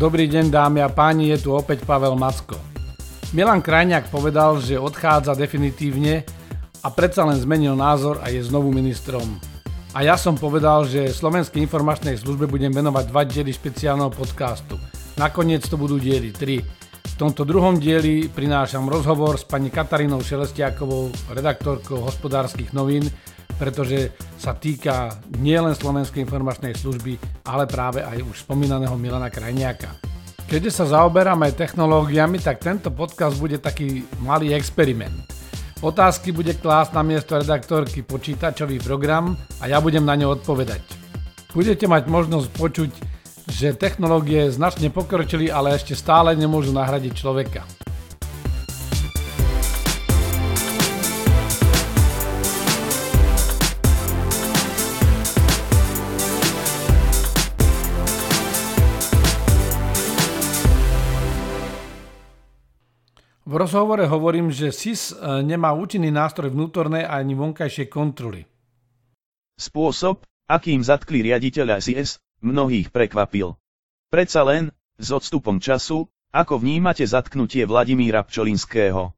Dobrý deň dámy a páni, je tu opäť Pavel Macko. Milan Krajniak povedal, že odchádza definitívne a predsa len zmenil názor a je znovu ministrom. A ja som povedal, že Slovenskej informačnej službe budem venovať 2 diely špeciálneho podcastu. Nakoniec to budú diely 3. V tomto druhom dieli prinášam rozhovor s pani Katarínou Šelestiakovou, redaktorkou Hospodárskych novín, pretože sa týka nielen Slovenskej informačnej služby, ale práve aj už spomínaného Milana Krajniaka. Keďže sa zaoberám aj technológiami, tak tento podcast bude taký malý experiment. Otázky bude klásť na miesto redaktorky počítačový program a ja budem na ňo odpovedať. Budete mať možnosť počuť, že technológie značne pokročili, ale ešte stále nemôžu nahradiť človeka. V rozhovore hovorím, že SIS nemá účinný nástroj vnútornej ani vonkajšej kontroly. Spôsob, akým zatkli riaditeľa SIS, mnohých prekvapil. Predsa len, s odstupom času, ako vnímate zatknutie Vladimíra Pčolinského?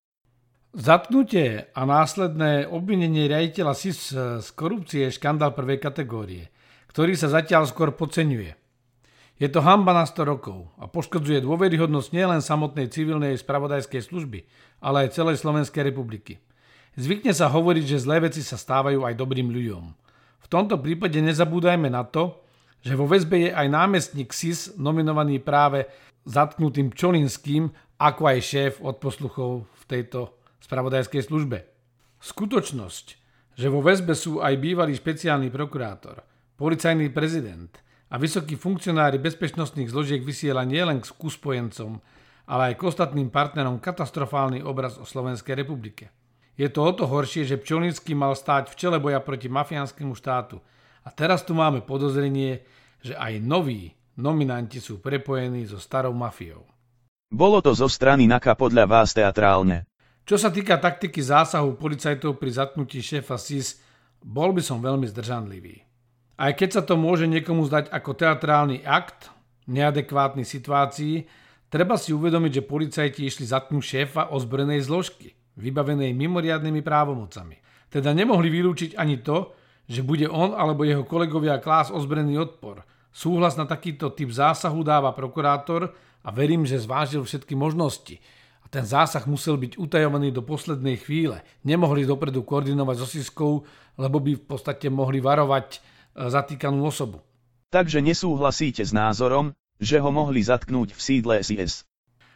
Zatknutie a následné obvinenie riaditeľa SIS z korupcie je škandál prvej kategórie, ktorý sa zatiaľ skôr podceňuje. Je to hanba na 100 rokov a poškodzuje dôveryhodnosť nielen samotnej civilnej spravodajskej služby, ale aj celej Slovenskej republiky. Zvykne sa hovoriť, že zlé veci sa stávajú aj dobrým ľuďom. V tomto prípade nezabúdajme na to, že vo väzbe je aj námestník SIS nominovaný práve zatknutým Pčolinským, ako aj šéf odposluchov v tejto spravodajskej službe. Skutočnosť, že vo väzbe sú aj bývalý špeciálny prokurátor, policajný prezident a vysokí funkcionári bezpečnostných zložiek vysiela nielen k spojencom, ale aj k ostatným partnerom katastrofálny obraz o Slovenskej republike. Je to o to horšie, že Pčolinský mal stáť v čele boja proti mafiánskému štátu. A teraz tu máme podozrenie, že aj noví nominanti sú prepojení so starou mafiou. Bolo to zo strany NAKA podľa vás teatrálne? Čo sa týka taktiky zásahu policajtov pri zatknutí šéfa SIS, bol by som veľmi zdržanlivý. Aj keď sa to môže niekomu zdať ako teatrálny akt, neadekvátny situácii, treba si uvedomiť, že policajti išli zatknúť šéfa ozbrojenej zložky, vybavenej mimoriadnymi právomocami. Teda nemohli vylúčiť ani to, že bude on alebo jeho kolegovia klásť ozbrojený odpor. Súhlas na takýto typ zásahu dáva prokurátor a verím, že zvážil všetky možnosti. A ten zásah musel byť utajovaný do poslednej chvíle. Nemohli dopredu koordinovať so SIS-kou, lebo by v podstate mohli varovať zatýkanú osobu. Takže nesúhlasíte s názorom, že ho mohli zatknúť v sídle SIS?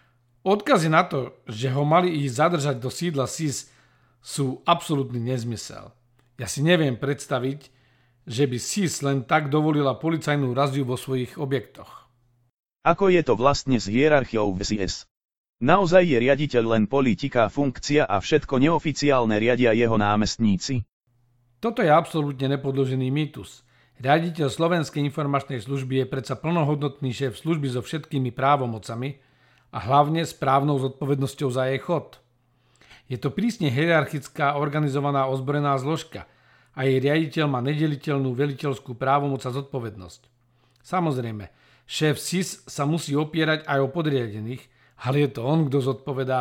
Odkazy na to, že ho mali ísť zadržať do sídla SIS, sú absolútny nezmysel. Ja si neviem predstaviť, že by SIS len tak dovolila policajnú raziu vo svojich objektoch. Ako je to vlastne s hierarchiou v SIS? Naozaj je riaditeľ len politická funkcia a všetko neoficiálne riadia jeho námestníci? Toto je absolútne nepodložený mýtus. Riaditeľ Slovenskej informačnej služby je predsa plnohodnotný šéf služby so všetkými právomocami a hlavne s právnou zodpovednosťou za jej chod. Je to prísne hierarchická organizovaná ozbrojená zložka a jej riaditeľ má nedeliteľnú veliteľskú právomoc a zodpovednosť. Samozrejme, šéf SIS sa musí opierať aj o podriadených, ale je to on, kto zodpovedá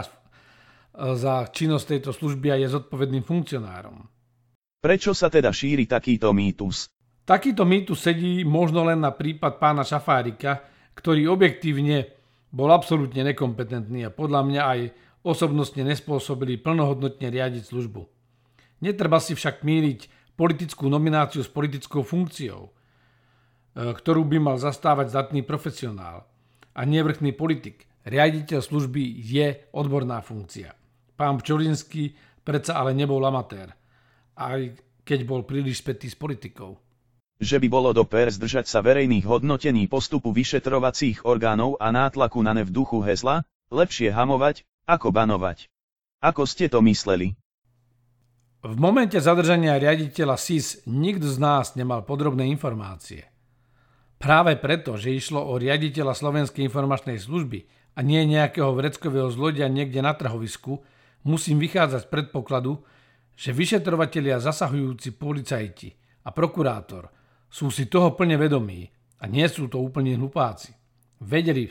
za činnosť tejto služby a je zodpovedným funkcionárom. Prečo sa teda šíri takýto mýtus? Takýto mýtus sedí možno len na prípad pána Šafárika, ktorý objektívne bol absolútne nekompetentný a podľa mňa aj osobnostne nespôsobili plnohodnotne riadiť službu. Netreba si však mýliť politickú nomináciu s politickou funkciou, ktorú by mal zastávať zdatný profesionál a nie vrchný politik. Riaditeľ služby je odborná funkcia. Pán Pčolinský predsa ale nebol amatér, aj keď bol príliš spätý s politikou. Že by bolo dopér zdržať sa verejných hodnotení postupu vyšetrovacích orgánov a nátlaku na ne v duchu hesla, lepšie hamovať, ako banovať. Ako ste to mysleli? V momente zadržania riaditeľa SIS nikto z nás nemal podrobné informácie. Práve preto, že išlo o riaditeľa Slovenskej informačnej služby a nie nejakého vreckového zlodia niekde na trhovisku, musím vychádzať z predpokladu, že vyšetrovatelia zasahujúci policajti a prokurátor sú si toho plne vedomí a nie sú to úplne hlupáci. Vedeli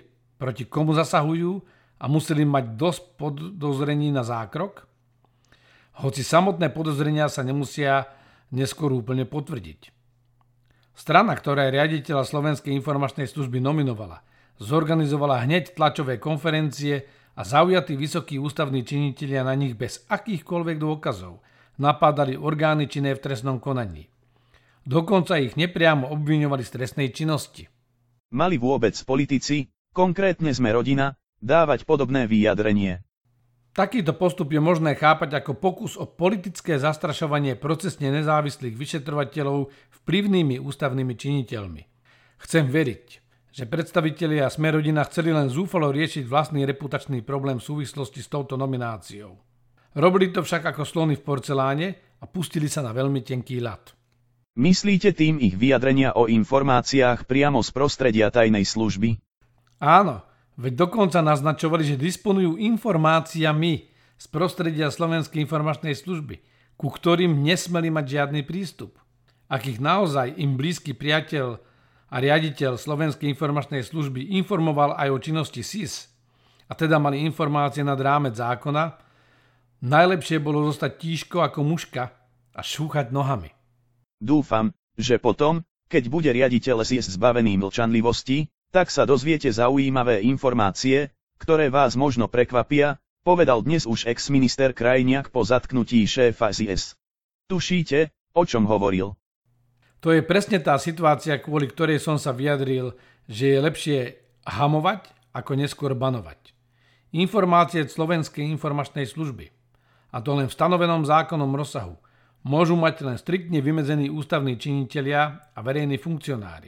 proti komu zasahujú a museli mať dosť podozrení na zákrok, hoci samotné podozrenia sa nemusia neskôr úplne potvrdiť. Strana, ktorá riaditeľa Slovenskej informačnej služby nominovala, zorganizovala hneď tlačové konferencie a zaujatí vysokí ústavní činitelia na nich bez akýchkoľvek dôkazov napádali orgány činné v trestnom konaní. Dokonca ich nepriamo obviňovali z trestnej činnosti. Mali vôbec politici, konkrétne Sme rodina, dávať podobné vyjadrenie? Takýto postup je možné chápať ako pokus o politické zastrašovanie procesne nezávislých vyšetrovateľov vplyvnými ústavnými činiteľmi. Chcem veriť, že predstavitelia Sme rodina chceli len zúfalo riešiť vlastný reputačný problém v súvislosti s touto nomináciou. Robili to však ako slony v porceláne a pustili sa na veľmi tenký ľad. Myslíte tým ich vyjadrenia o informáciách priamo z prostredia tajnej služby? Áno, veď dokonca naznačovali, že disponujú informáciami z prostredia Slovenskej informačnej služby, ku ktorým nesmeli mať žiadny prístup. Ak ich naozaj im blízky priateľ a riaditeľ Slovenskej informačnej služby informoval aj o činnosti SIS, a teda mali informácie nad rámec zákona, najlepšie bolo zostať tížko ako muška a šúchať nohami. Dúfam, že potom, keď bude riaditeľ SIS zbavený mlčanlivosti, tak sa dozviete zaujímavé informácie, ktoré vás možno prekvapia, povedal dnes už ex-minister Krajniak po zatknutí šéfa SIS. Tušíte, o čom hovoril? To je presne tá situácia, kvôli ktorej som sa vyjadril, že je lepšie hamovať, ako neskôr banovať. Informácie Slovenskej informačnej služby, a to len v stanovenom zákonom rozsahu, môžu mať len striktne vymedzení ústavní činitelia a verejní funkcionári.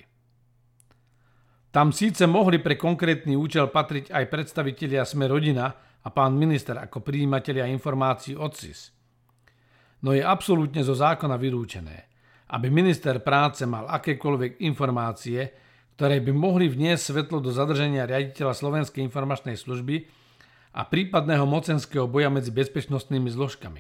Tam síce mohli pre konkrétny účel patriť aj predstavitelia Sme rodina a pán minister ako prijímatelia informácií od SIS. No je absolútne zo zákona vylúčené, aby minister práce mal akékoľvek informácie, ktoré by mohli vniesť svetlo do zadržania riaditeľa Slovenskej informačnej služby a prípadného mocenského boja medzi bezpečnostnými zložkami.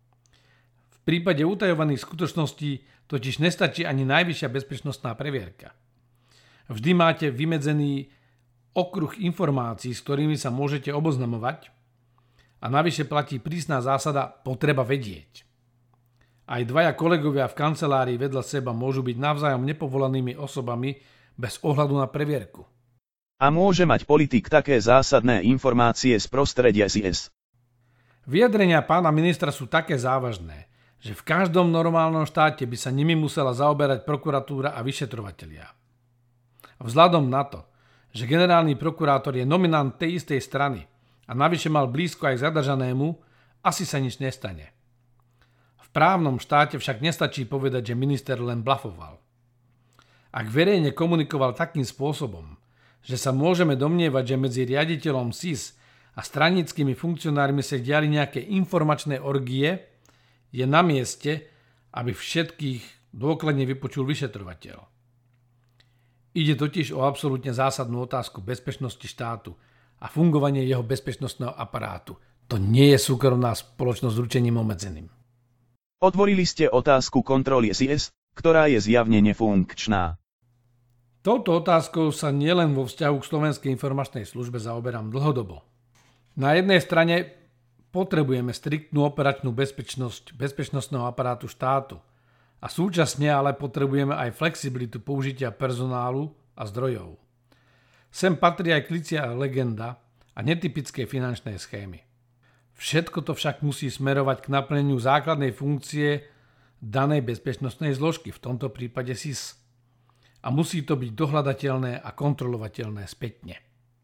V prípade utajovaných skutočností totiž nestačí ani najvyššia bezpečnostná previerka. Vždy máte vymedzený okruh informácií, s ktorými sa môžete oboznamovať, a navyše platí prísna zásada potreba vedieť. Aj dvaja kolegovia v kancelárii vedľa seba môžu byť navzájom nepovolanými osobami bez ohľadu na previerku. A môže mať politik také zásadné informácie z prostredia SIS? Vyjadrenia pána ministra sú také závažné, že v každom normálnom štáte by sa nimi musela zaoberať prokuratúra a vyšetrovatelia. Vzhľadom na to, že generálny prokurátor je nominant tej istej strany a navyše mal blízko aj k zadržanému, asi sa nič nestane. V právnom štáte však nestačí povedať, že minister len blafoval. Ak verejne komunikoval takým spôsobom, že sa môžeme domnievať, že medzi riaditeľom SIS a stranickými funkcionármi sa diali nejaké informačné orgie, je na mieste, aby všetkých dôkladne vypočul vyšetrovateľ. Ide totiž o absolútne zásadnú otázku bezpečnosti štátu a fungovanie jeho bezpečnostného aparátu. To nie je súkromná spoločnosť s ručením obmedzeným. Otvorili ste otázku kontroly SIS, ktorá je zjavne nefunkčná. Touto otázkou sa nielen vo vzťahu k Slovenskej informačnej službe zaoberám dlhodobo. Na jednej strane potrebujeme striktnú operačnú bezpečnosť bezpečnostného aparátu štátu a súčasne ale potrebujeme aj flexibilitu použitia personálu a zdrojov. Sem patrí aj klicia legenda a netypické finančné schémy. Všetko to však musí smerovať k naplneniu základnej funkcie danej bezpečnostnej zložky, v tomto prípade SIS. A musí to byť dohľadateľné a kontrolovateľné spätne.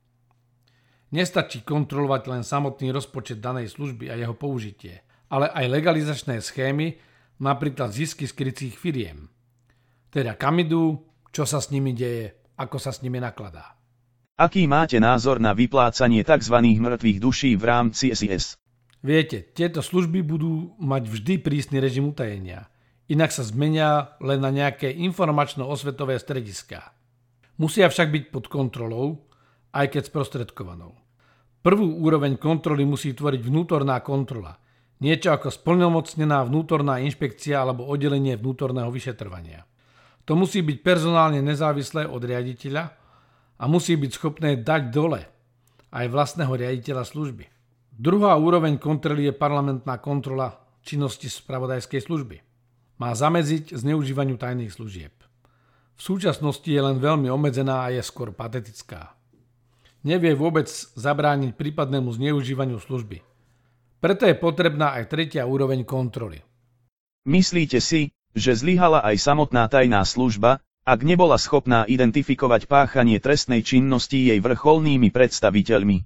Nestačí kontrolovať len samotný rozpočet danej služby a jeho použitie, ale aj legalizačné schémy, napríklad zisky skrytých firiem. Teda kam idú, čo sa s nimi deje, ako sa s nimi nakladá. Aký máte názor na vyplácanie tzv. Mŕtvych duší v rámci SIS? Viete, tieto služby budú mať vždy prísny režim utajenia. Inak sa zmenia len na nejaké informačno-osvetové strediská. Musia však byť pod kontrolou, aj keď sprostredkovanou. Prvú úroveň kontroly musí tvoriť vnútorná kontrola, niečo ako splnomocnená vnútorná inšpekcia alebo oddelenie vnútorného vyšetrovania. To musí byť personálne nezávislé od riaditeľa a musí byť schopné dať dole aj vlastného riaditeľa služby. Druhá úroveň kontroly je parlamentná kontrola činnosti spravodajskej služby. Má zamedziť zneužívaniu tajných služieb. V súčasnosti je len veľmi obmedzená a je skôr patetická. Nevie vôbec zabrániť prípadnému zneužívaniu služby. Preto je potrebná aj tretia úroveň kontroly. Myslíte si, že zlyhala aj samotná tajná služba, ak nebola schopná identifikovať páchanie trestnej činnosti jej vrcholnými predstaviteľmi?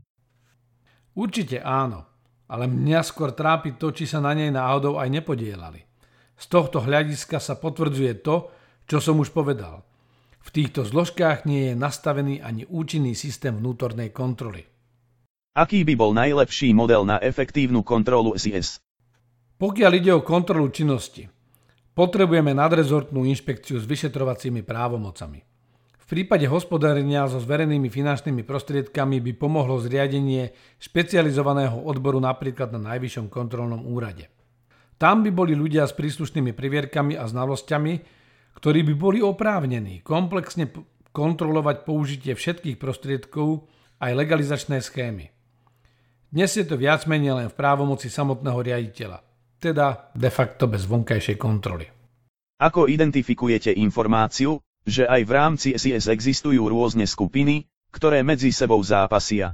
Určite áno, ale mňa skôr trápi to, či sa na nej náhodou aj nepodielali. Z tohto hľadiska sa potvrdzuje to, čo som už povedal. V týchto zložkách nie je nastavený ani účinný systém vnútornej kontroly. Aký by bol najlepší model na efektívnu kontrolu SIS? Pokiaľ ide o kontrolu činnosti, potrebujeme nadrezortnú inšpekciu s vyšetrovacími právomocami. V prípade hospodárenia so zverenými finančnými prostriedkami by pomohlo zriadenie špecializovaného odboru napríklad na Najvyššom kontrolnom úrade. Tam by boli ľudia s príslušnými privierkami a znalosťami, ktorí by boli oprávnení komplexne kontrolovať použitie všetkých prostriedkov aj legalizačné schémy. Dnes je to viac menej len v právomoci samotného riaditeľa, teda de facto bez vonkajšej kontroly. Ako identifikujete informáciu, že aj v rámci SIS existujú rôzne skupiny, ktoré medzi sebou zápasia?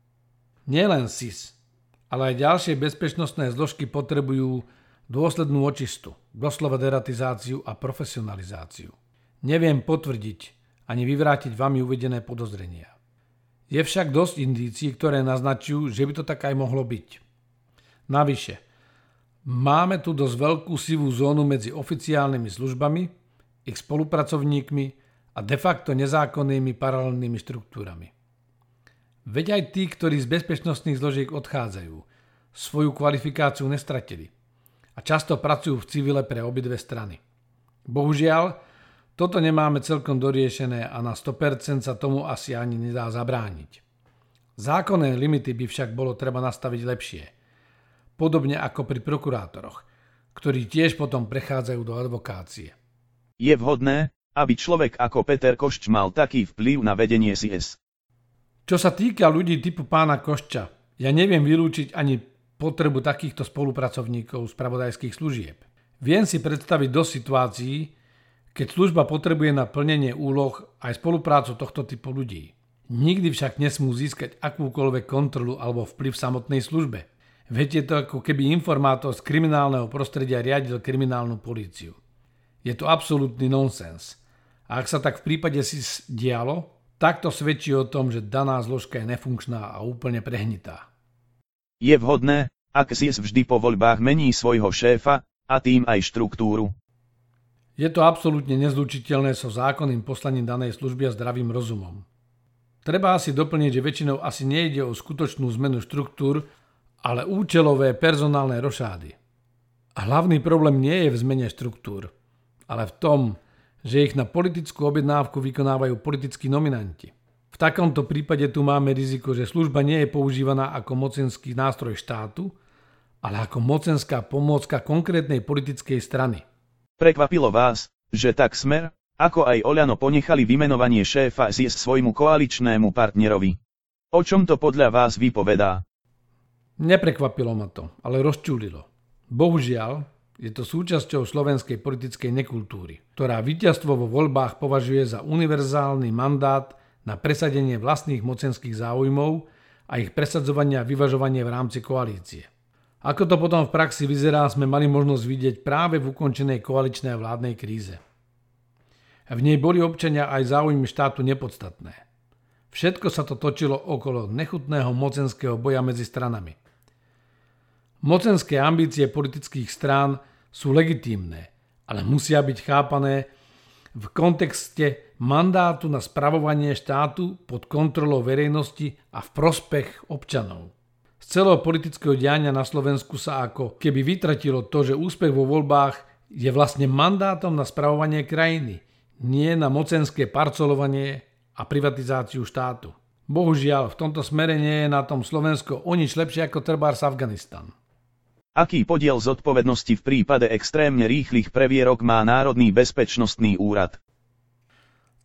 Nielen SIS, ale aj ďalšie bezpečnostné zložky potrebujú dôslednú očistu, doslova deratizáciu a profesionalizáciu. Neviem potvrdiť ani vyvrátiť vami uvedené podozrenia. Je však dosť indícií, ktoré naznačujú, že by to tak aj mohlo byť. Navyše, máme tu dosť veľkú sivú zónu medzi oficiálnymi službami, ich spolupracovníkmi a de facto nezákonnými paralelnými štruktúrami. Veď aj tí, ktorí z bezpečnostných zložiek odchádzajú, svoju kvalifikáciu nestratili a často pracujú v civile pre obidve strany. Bohužiaľ, toto nemáme celkom doriešené a na 100% sa tomu asi ani nedá zabrániť. Zákonné limity by však bolo treba nastaviť lepšie. Podobne ako pri prokurátoroch, ktorí tiež potom prechádzajú do advokácie. Je vhodné, aby človek ako Peter Košč mal taký vplyv na vedenie SIS? Čo sa týka ľudí typu pána Košča, ja neviem vylúčiť ani potrebu takýchto spolupracovníkov spravodajských služieb. Viem si predstaviť dosť situácií, keď služba potrebuje na plnenie úloh aj spoluprácu tohto typu ľudí. Nikdy však nesmú získať akúkoľvek kontrolu alebo vplyv v samotnej službe. Veď je to ako keby informátor z kriminálneho prostredia riadil kriminálnu políciu. Je to absolútny nonsens. A ak sa tak v prípade SIS dialo, tak to svedčí o tom, že daná zložka je nefunkčná a úplne prehnitá. Je vhodné, ak SIS vždy po voľbách mení svojho šéfa a tým aj štruktúru? Je to absolútne nezlučiteľné so zákonným poslaním danej služby a zdravým rozumom. Treba asi doplniť, že väčšinou asi nejde o skutočnú zmenu štruktúr, ale účelové personálne rošády. A hlavný problém nie je v zmene štruktúr, ale v tom, že ich na politickú objednávku vykonávajú politickí nominanti. V takomto prípade tu máme riziko, že služba nie je používaná ako mocenský nástroj štátu, ale ako mocenská pomôcka konkrétnej politickej strany. Prekvapilo vás, že tak Smer, ako aj Oľano ponechali vymenovanie šéfa SIS svojmu koaličnému partnerovi? O čom to podľa vás vypovedá? Neprekvapilo ma to, ale rozčúlilo. Bohužiaľ, je to súčasťou slovenskej politickej nekultúry, ktorá víťazstvo vo voľbách považuje za univerzálny mandát na presadenie vlastných mocenských záujmov a ich presadzovanie a vyvažovanie v rámci koalície. Ako to potom v praxi vyzerá, sme mali možnosť vidieť práve v ukončenej koaličnej a vládnej kríze. V nej boli občania aj záujmy štátu nepodstatné. Všetko sa to točilo okolo nechutného mocenského boja medzi stranami. Mocenské ambície politických strán sú legitímne, ale musia byť chápané v kontexte mandátu na spravovanie štátu pod kontrolou verejnosti a v prospech občanov. Z celého politického diania na Slovensku sa ako keby vytratilo to, že úspech vo voľbách je vlastne mandátom na spravovanie krajiny, nie na mocenské parcelovanie a privatizáciu štátu. Bohužiaľ, v tomto smere nie je na tom Slovensko o nič lepšie ako trebárs Afganistan. Aký podiel zodpovednosti v prípade extrémne rýchlych previerok má Národný bezpečnostný úrad?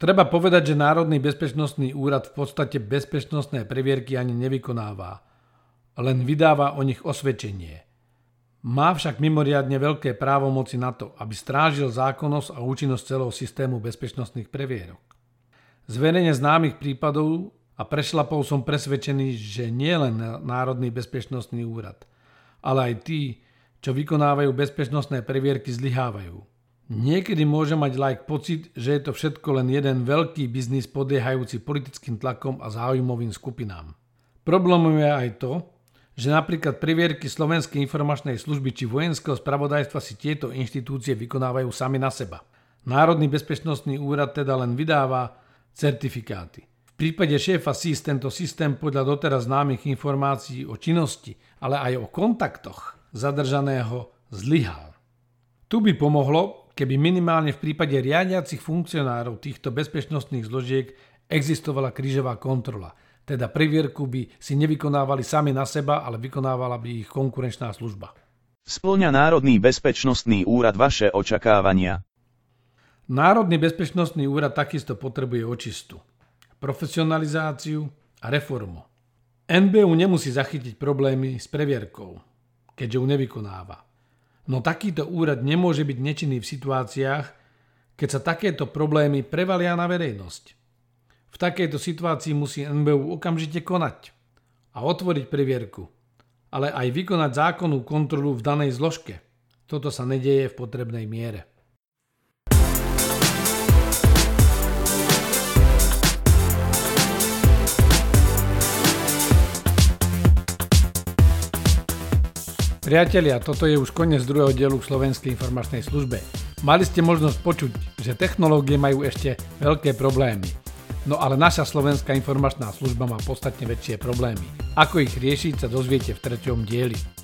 Treba povedať, že Národný bezpečnostný úrad v podstate bezpečnostné previerky ani nevykonáva, len vydáva o nich osvedčenie. Má však mimoriadne veľké právomoci na to, aby strážil zákonnosť a účinnosť celého systému bezpečnostných previerok. Z verejne známych prípadov a prešlapov som presvedčený, že nie len Národný bezpečnostný úrad, ale aj tí, čo vykonávajú bezpečnostné previerky, zlyhávajú. Niekedy môže mať laik pocit, že je to všetko len jeden veľký biznis podliehajúci politickým tlakom a záujmovým skupinám. Problémom je aj to, že napríklad previerky Slovenskej informačnej služby či vojenského spravodajstva si tieto inštitúcie vykonávajú sami na seba. Národný bezpečnostný úrad teda len vydáva certifikáty. V prípade šéfa SIS tento systém podľa doteraz známych informácií o činnosti, ale aj o kontaktoch zadržaného zlyhal. Tu by pomohlo, keby minimálne v prípade riadiacich funkcionárov týchto bezpečnostných zložiek existovala krížová kontrola. Teda previerku by si nevykonávali sami na seba, ale vykonávala by ich konkurenčná služba. Spĺňa Národný bezpečnostný úrad vaše očakávania? Národný bezpečnostný úrad takisto potrebuje očistu, profesionalizáciu a reformu. NBÚ nemusí zachytiť problémy s previerkou, keďže ju nevykonáva. No takýto úrad nemôže byť nečinný v situáciách, keď sa takéto problémy prevalia na verejnosť. V takejto situácii musí NBÚ okamžite konať a otvoriť previerku, ale aj vykonať zákonnú kontrolu v danej zložke. Toto sa nedeje v potrebnej miere. Priatelia, toto je už koniec druhého dielu k Slovenskej informačnej službe. Mali ste možnosť počuť, že technológie majú ešte veľké problémy. No ale naša Slovenská informačná služba má podstatne väčšie problémy. Ako ich riešiť, sa dozviete v 3. dieli.